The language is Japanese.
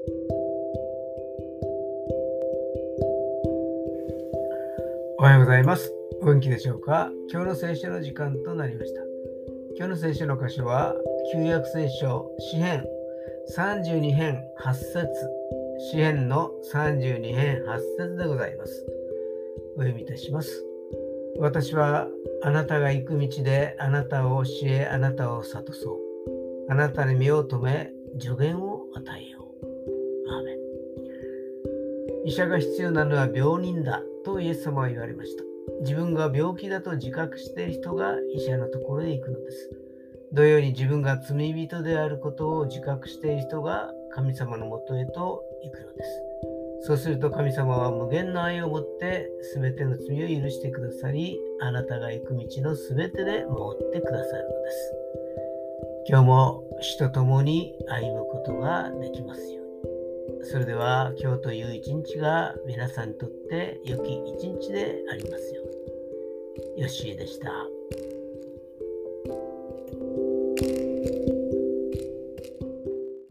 おはようございます。お元気でしょうか。今日の聖書の時間となりました。今日の聖書の箇所は旧約聖書詩編32編8節、詩編の32編8節でございます。お読みいたします。私はあなたが行く道であなたを教え、あなたを諭そう。あなたに身を留め助言を与えよう。アーメン。医者が必要なのは病人だとイエス様は言われました。自分が病気だと自覚している人が医者のところへ行くのです。同様に自分が罪人であることを自覚している人が神様のもとへと行くのです。そうすると神様は無限の愛をもって全ての罪を許してくださり、あなたが行く道の全てで守ってくださるのです。今日も主と共に歩むことができますように。それでは今日という一日が皆さんにとって良き一日でありますように。よしえでした。